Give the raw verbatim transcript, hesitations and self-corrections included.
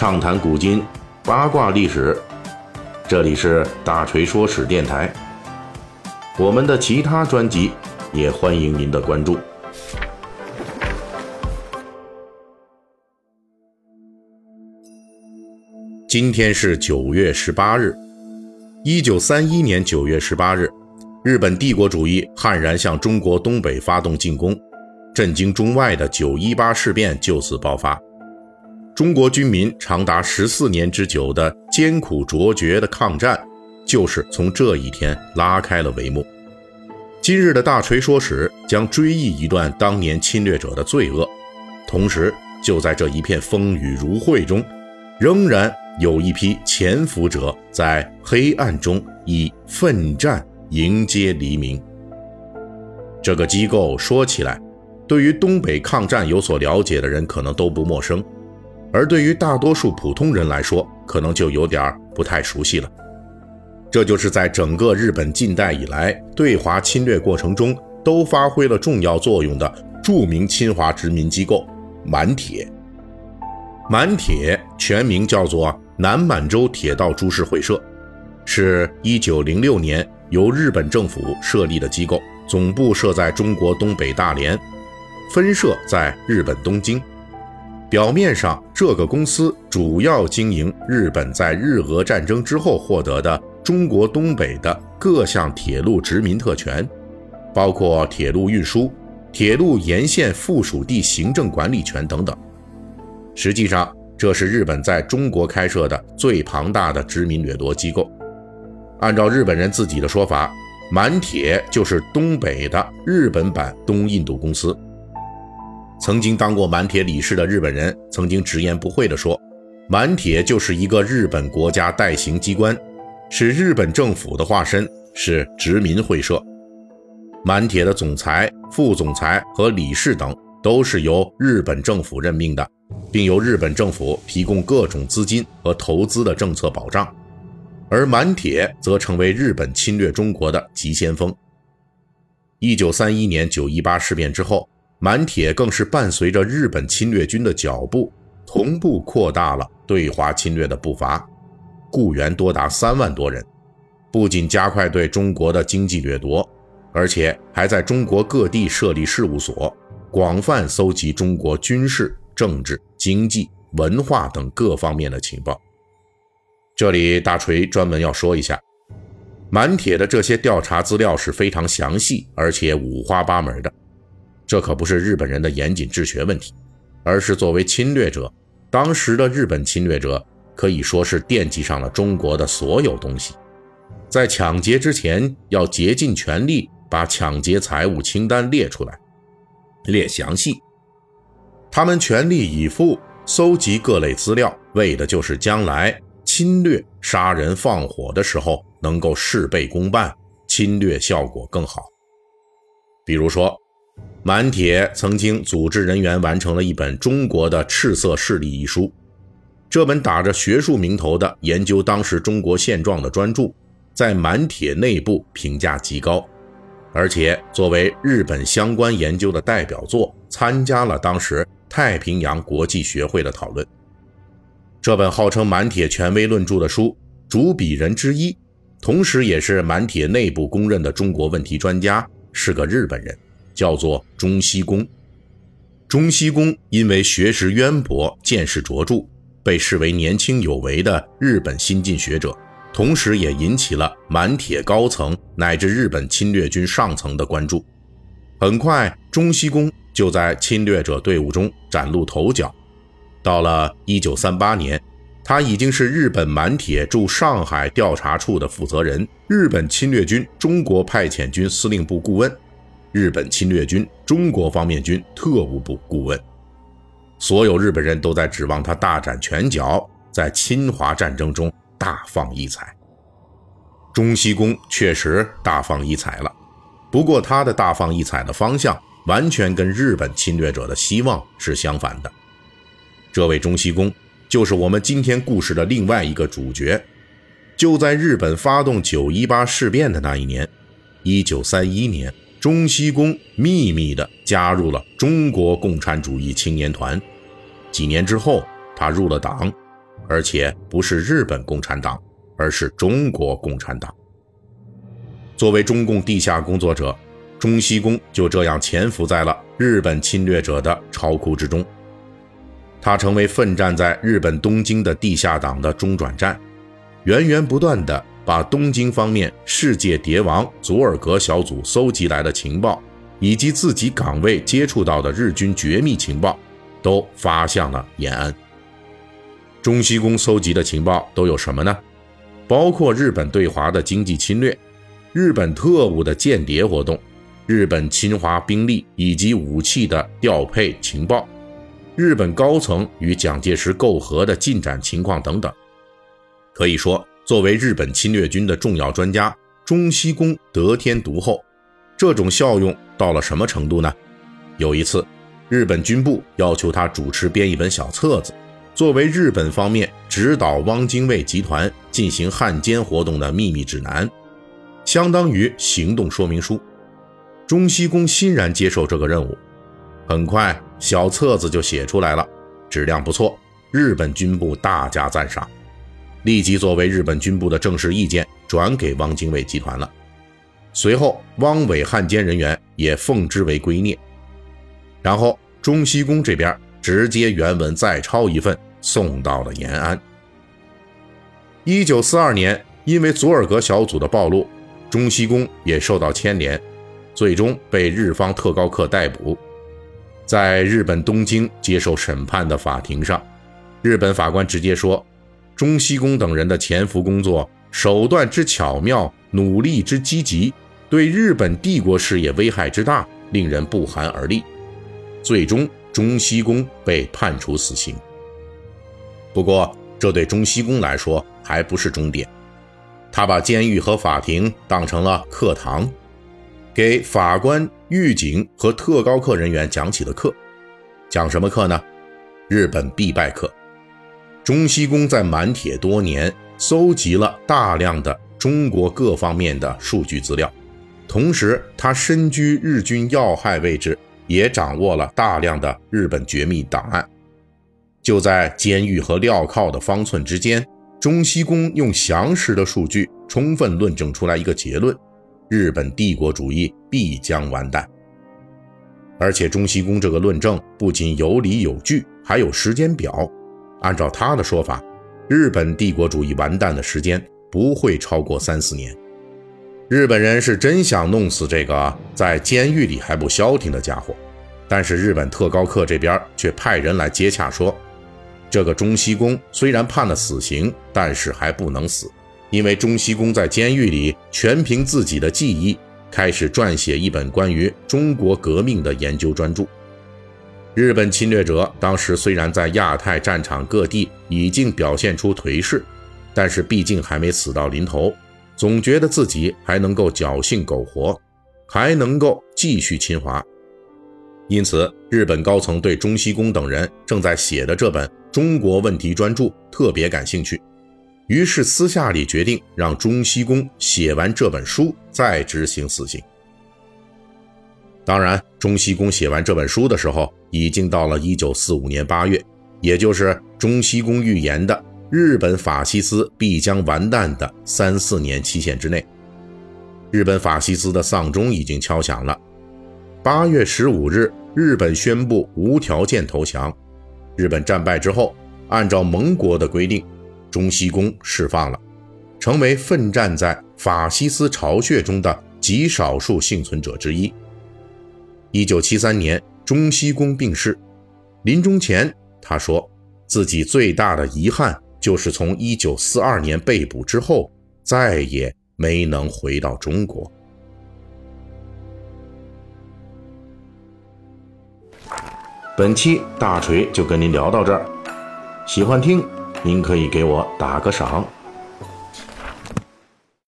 畅谈古今，八卦历史。这里是大锤说史电台。我们的其他专辑也欢迎您的关注。今天是九月十八日，一九三一年九月十八日，日本帝国主义悍然向中国东北发动进攻，震惊中外的九一八事变就此爆发。中国军民长达十四年之久的艰苦卓绝的抗战，就是从这一天拉开了帷幕。今日的大锤说史将追忆一段当年侵略者的罪恶，同时就在这一片风雨如晦中，仍然有一批潜伏者在黑暗中以奋战迎接黎明。这个机构说起来，对于东北抗战有所了解的人可能都不陌生，而对于大多数普通人来说，可能就有点不太熟悉了。这就是在整个日本近代以来对华侵略过程中都发挥了重要作用的著名侵华殖民机构满铁。满铁全名叫做南满洲铁道株式会社，是一九零六年由日本政府设立的机构，总部设在中国东北大连，分社在日本东京。表面上，这个公司主要经营日本在日俄战争之后获得的中国东北的各项铁路殖民特权，包括铁路运输、铁路沿线附属地行政管理权等等。实际上，这是日本在中国开设的最庞大的殖民掠夺机构。按照日本人自己的说法，满铁就是东北的日本版东印度公司。曾经当过满铁理事的日本人曾经直言不讳地说，满铁就是一个日本国家代行机关，是日本政府的化身，是殖民会社。满铁的总裁、副总裁和理事等都是由日本政府任命的，并由日本政府提供各种资金和投资的政策保障，而满铁则成为日本侵略中国的急先锋。一九三一年九一八事变之后，满铁更是伴随着日本侵略军的脚步，同步扩大了对华侵略的步伐，雇员多达三万多人，不仅加快对中国的经济掠夺，而且还在中国各地设立事务所，广泛搜集中国军事、政治、经济、文化等各方面的情报。这里大锤专门要说一下，满铁的这些调查资料是非常详细而且五花八门的。这可不是日本人的严谨治学问题，而是作为侵略者，当时的日本侵略者可以说是惦记上了中国的所有东西，在抢劫之前要竭尽全力把抢劫财物清单列出来，列详细。他们全力以赴搜集各类资料，为的就是将来侵略、杀人放火的时候能够事倍功半，侵略效果更好。比如说，满铁曾经组织人员完成了一本中国的赤色势力一书，这本打着学术名头的研究当时中国现状的专著，在满铁内部评价极高，而且作为日本相关研究的代表作，参加了当时太平洋国际学会的讨论。这本号称满铁权威论著的书，主笔人之一，同时也是满铁内部公认的中国问题专家，是个日本人，叫做中西公。中西公因为学识渊博、见识卓著，被视为年轻有为的日本新晋学者，同时也引起了满铁高层乃至日本侵略军上层的关注。很快，中西公就在侵略者队伍中崭露头角。到了一九三八年，他已经是日本满铁驻上海调查处的负责人，日本侵略军中国派遣军司令部顾问，日本侵略军中国方面军特务部顾问。所有日本人都在指望他大展拳脚，在侵华战争中大放异彩。中西公确实大放异彩了，不过他的大放异彩的方向完全跟日本侵略者的希望是相反的。这位中西公就是我们今天故事的另外一个主角。就在日本发动九一八事变的那一年，一九三一年，中西公秘密地加入了中国共产主义青年团。几年之后，他入了党， 而且不是日本共产党，而是中国共产党。作为中共地下工作者，中西宫就这样潜伏在了日本侵略者的巢窟之中。他成为奋战在日本东京的地下党的中转站，源源不断地把东京方面世界谍王佐尔格小组搜集来的情报，以及自己岗位接触到的日军绝密情报，都发向了延安。中西宫搜集的情报都有什么呢？包括日本对华的经济侵略、日本特务的间谍活动、日本侵华兵力以及武器的调配情报、日本高层与蒋介石媾和的进展情况等等。可以说，作为日本侵略军的重要专家，中西宫得天独厚。这种效用到了什么程度呢？有一次，日本军部要求他主持编一本小册子，作为日本方面指导汪精卫集团进行汉奸活动的秘密指南，相当于行动说明书。中西宫欣然接受这个任务，很快小册子就写出来了，质量不错，日本军部大加赞赏，立即作为日本军部的正式意见转给汪精卫集团了。随后汪伪汉奸人员也奉之为圭臬，然后中西宫这边直接原文再抄一份送到了延安。一九四二年，因为佐尔格小组的暴露，中西宫也受到牵连，最终被日方特高课逮捕。在日本东京接受审判的法庭上，日本法官直接说，中西宫等人的潜伏工作手段之巧妙，努力之积极，对日本帝国事业危害之大，令人不寒而栗。最终中西宫被判处死刑。不过这对中西宫来说还不是终点，他把监狱和法庭当成了课堂，给法官、狱警和特高课人员讲起了课。讲什么课呢？日本必败课。中西宫在满铁多年搜集了大量的中国各方面的数据资料，同时他身居日军要害位置，也掌握了大量的日本绝密档案。就在监狱和镣铐的方寸之间，中西宫用详实的数据充分论证出来一个结论：日本帝国主义必将完蛋。而且中西宫这个论证不仅有理有据，还有时间表。按照他的说法，日本帝国主义完蛋的时间不会超过三四年。日本人是真想弄死这个在监狱里还不消停的家伙，但是日本特高课这边却派人来接洽说，这个中西宫虽然判了死刑，但是还不能死，因为中西宫在监狱里全凭自己的记忆开始撰写一本关于中国革命的研究专著。日本侵略者当时虽然在亚太战场各地已经表现出颓势，但是毕竟还没死到临头，总觉得自己还能够侥幸苟活，还能够继续侵华。因此日本高层对中西宫等人正在写的这本中国问题专著特别感兴趣，于是私下里决定让中西宫写完这本书再执行死刑。当然中西宫写完这本书的时候已经到了一九四五年八月，也就是中西宫预言的日本法西斯必将完蛋的三四年期限之内。日本法西斯的丧钟已经敲响了。八月十五日，日本宣布无条件投降。日本战败之后，按照盟国的规定，中西宫释放了，成为奋战在法西斯巢穴中的极少数幸存者之一。一九七三年，中西宫病逝，临终前他说，自己最大的遗憾就是从一九四二年被捕之后，再也没能回到中国。本期大锤就跟您聊到这儿，喜欢听您可以给我打个赏。